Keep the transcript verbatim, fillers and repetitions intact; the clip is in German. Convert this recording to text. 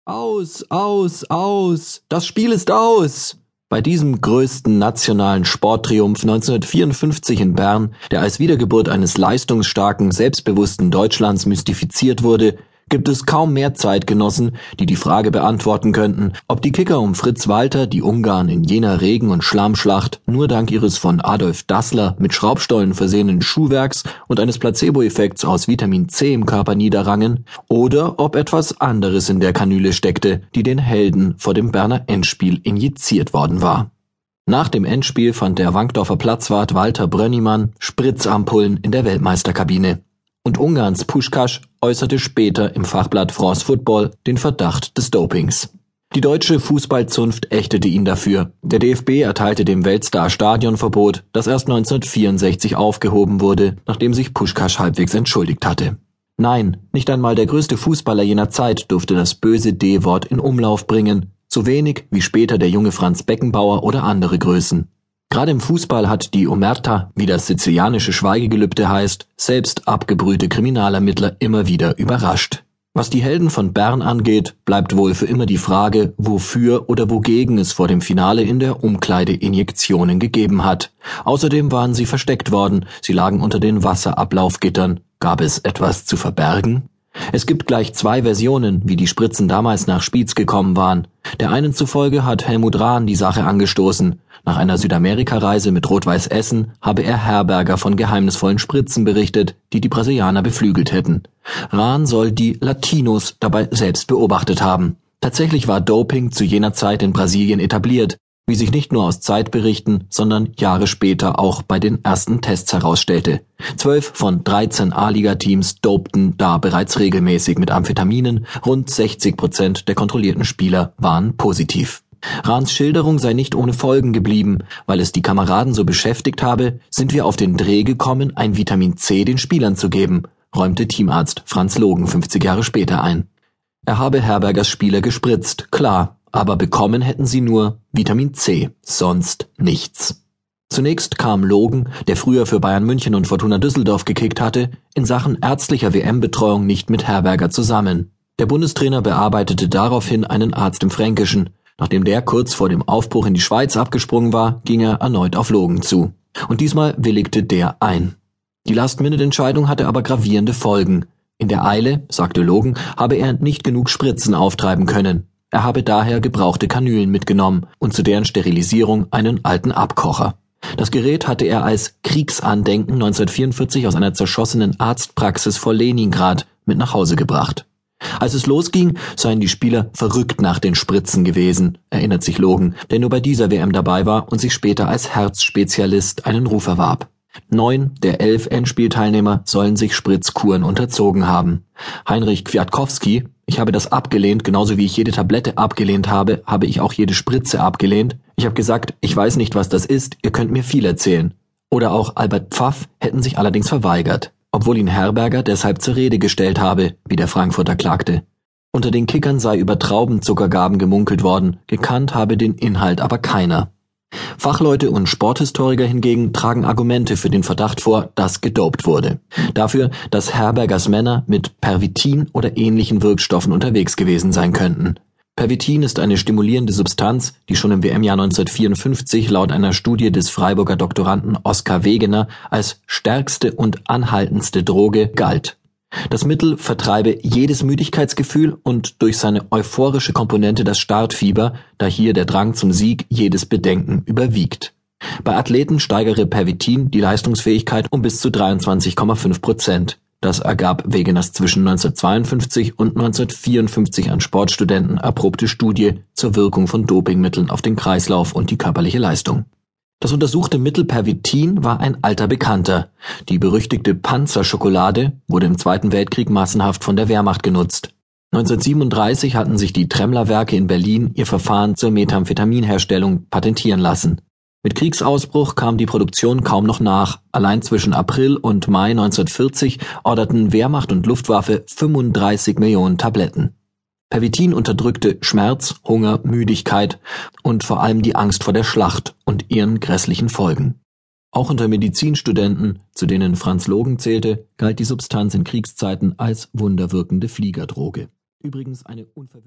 Aus, aus, aus! Das Spiel ist aus! Bei diesem größten nationalen Sporttriumph neunzehnhundertvierundfünfzig in Bern, der als Wiedergeburt eines leistungsstarken, selbstbewussten Deutschlands mystifiziert wurde, gibt es kaum mehr Zeitgenossen, die die Frage beantworten könnten, ob die Kicker um Fritz Walter die Ungarn in jener Regen- und Schlammschlacht nur dank ihres von Adolf Dassler mit Schraubstollen versehenen Schuhwerks und eines Placebo-Effekts aus Vitamin C im Körper niederrangen, oder ob etwas anderes in der Kanüle steckte, die den Helden vor dem Berner Endspiel injiziert worden war. Nach dem Endspiel fand der Wankdorfer Platzwart Walter Brönnimann Spritzampullen in der Weltmeisterkabine. Und Ungarns Puskás äußerte später im Fachblatt France Football den Verdacht des Dopings. Die deutsche Fußballzunft ächtete ihn dafür. Der D F B erteilte dem Weltstar Stadionverbot, das erst neunzehnhundertvierundsechzig aufgehoben wurde, nachdem sich Puskás halbwegs entschuldigt hatte. Nein, nicht einmal der größte Fußballer jener Zeit durfte das böse D-Wort in Umlauf bringen, so wenig wie später der junge Franz Beckenbauer oder andere Größen. Gerade im Fußball hat die Omerta, wie das sizilianische Schweigegelübde heißt, selbst abgebrühte Kriminalermittler immer wieder überrascht. Was die Helden von Bern angeht, bleibt wohl für immer die Frage, wofür oder wogegen es vor dem Finale in der Umkleide Injektionen gegeben hat. Außerdem waren sie versteckt worden, sie lagen unter den Wasserablaufgittern. Gab es etwas zu verbergen? Es gibt gleich zwei Versionen, wie die Spritzen damals nach Spiez gekommen waren. Der einen zufolge hat Helmut Rahn die Sache angestoßen. Nach einer Südamerika-Reise mit Rot-Weiß Essen habe er Herberger von geheimnisvollen Spritzen berichtet, die die Brasilianer beflügelt hätten. Rahn soll die Latinos dabei selbst beobachtet haben. Tatsächlich war Doping zu jener Zeit in Brasilien etabliert, wie sich nicht nur aus Zeitberichten, sondern Jahre später auch bei den ersten Tests herausstellte. Zwölf von dreizehn A-Liga-Teams dopten da bereits regelmäßig mit Amphetaminen, rund sechzig Prozent der kontrollierten Spieler waren positiv. Rahns Schilderung sei nicht ohne Folgen geblieben, weil es die Kameraden so beschäftigt habe, sind wir auf den Dreh gekommen, ein Vitamin C den Spielern zu geben, räumte Teamarzt Franz Logen fünfzig Jahre später ein. Er habe Herbergers Spieler gespritzt, klar, aber bekommen hätten sie nur Vitamin C, sonst nichts. Zunächst kam Logen, der früher für Bayern München und Fortuna Düsseldorf gekickt hatte, in Sachen ärztlicher W M-Betreuung nicht mit Herberger zusammen. Der Bundestrainer bearbeitete daraufhin einen Arzt im Fränkischen. Nachdem der kurz vor dem Aufbruch in die Schweiz abgesprungen war, ging er erneut auf Logen zu. Und diesmal willigte der ein. Die Last-Minute-Entscheidung hatte aber gravierende Folgen. In der Eile, sagte Logen, habe er nicht genug Spritzen auftreiben können. Er habe daher gebrauchte Kanülen mitgenommen und zu deren Sterilisierung einen alten Abkocher. Das Gerät hatte er als Kriegsandenken neunzehnhundertvierundvierzig aus einer zerschossenen Arztpraxis vor Leningrad mit nach Hause gebracht. Als es losging, seien die Spieler verrückt nach den Spritzen gewesen, erinnert sich Logen, der nur bei dieser W M dabei war und sich später als Herzspezialist einen Ruf erwarb. Neun der elf Endspielteilnehmer sollen sich Spritzkuren unterzogen haben. Heinrich Kwiatkowski: Ich habe das abgelehnt, genauso wie ich jede Tablette abgelehnt habe, habe ich auch jede Spritze abgelehnt. Ich habe gesagt, ich weiß nicht, was das ist, ihr könnt mir viel erzählen. Oder auch Albert Pfaff hätten sich allerdings verweigert, obwohl ihn Herberger deshalb zur Rede gestellt habe, wie der Frankfurter klagte. Unter den Kickern sei über Traubenzuckergaben gemunkelt worden, gekannt habe den Inhalt aber keiner. Fachleute und Sporthistoriker hingegen tragen Argumente für den Verdacht vor, dass gedopt wurde. Dafür, dass Herbergers Männer mit Pervitin oder ähnlichen Wirkstoffen unterwegs gewesen sein könnten. Pervitin ist eine stimulierende Substanz, die schon im W M-Jahr neunzehnhundertvierundfünfzig laut einer Studie des Freiburger Doktoranden Oskar Wegener als stärkste und anhaltendste Droge galt. Das Mittel vertreibe jedes Müdigkeitsgefühl und durch seine euphorische Komponente das Startfieber, da hier der Drang zum Sieg jedes Bedenken überwiegt. Bei Athleten steigere Pervitin die Leistungsfähigkeit um bis zu dreiundzwanzig Komma fünf Prozent. Das ergab Wegeners zwischen neunzehnhundertzweiundfünfzig und neunzehnhundertvierundfünfzig an Sportstudenten erprobte Studie zur Wirkung von Dopingmitteln auf den Kreislauf und die körperliche Leistung. Das untersuchte Mittel Pervitin war ein alter Bekannter. Die berüchtigte Panzerschokolade wurde im Zweiten Weltkrieg massenhaft von der Wehrmacht genutzt. neunzehnhundertsiebenunddreißig hatten sich die Tremmler-Werke in Berlin ihr Verfahren zur Methamphetaminherstellung patentieren lassen. Mit Kriegsausbruch kam die Produktion kaum noch nach. Allein zwischen April und Mai neunzehnhundertvierzig orderten Wehrmacht und Luftwaffe fünfunddreißig Millionen Tabletten. Pervitin unterdrückte Schmerz, Hunger, Müdigkeit und vor allem die Angst vor der Schlacht und ihren grässlichen Folgen. Auch unter Medizinstudenten, zu denen Franz Logen zählte, galt die Substanz in Kriegszeiten als wunderwirkende Fliegerdroge. Übrigens eine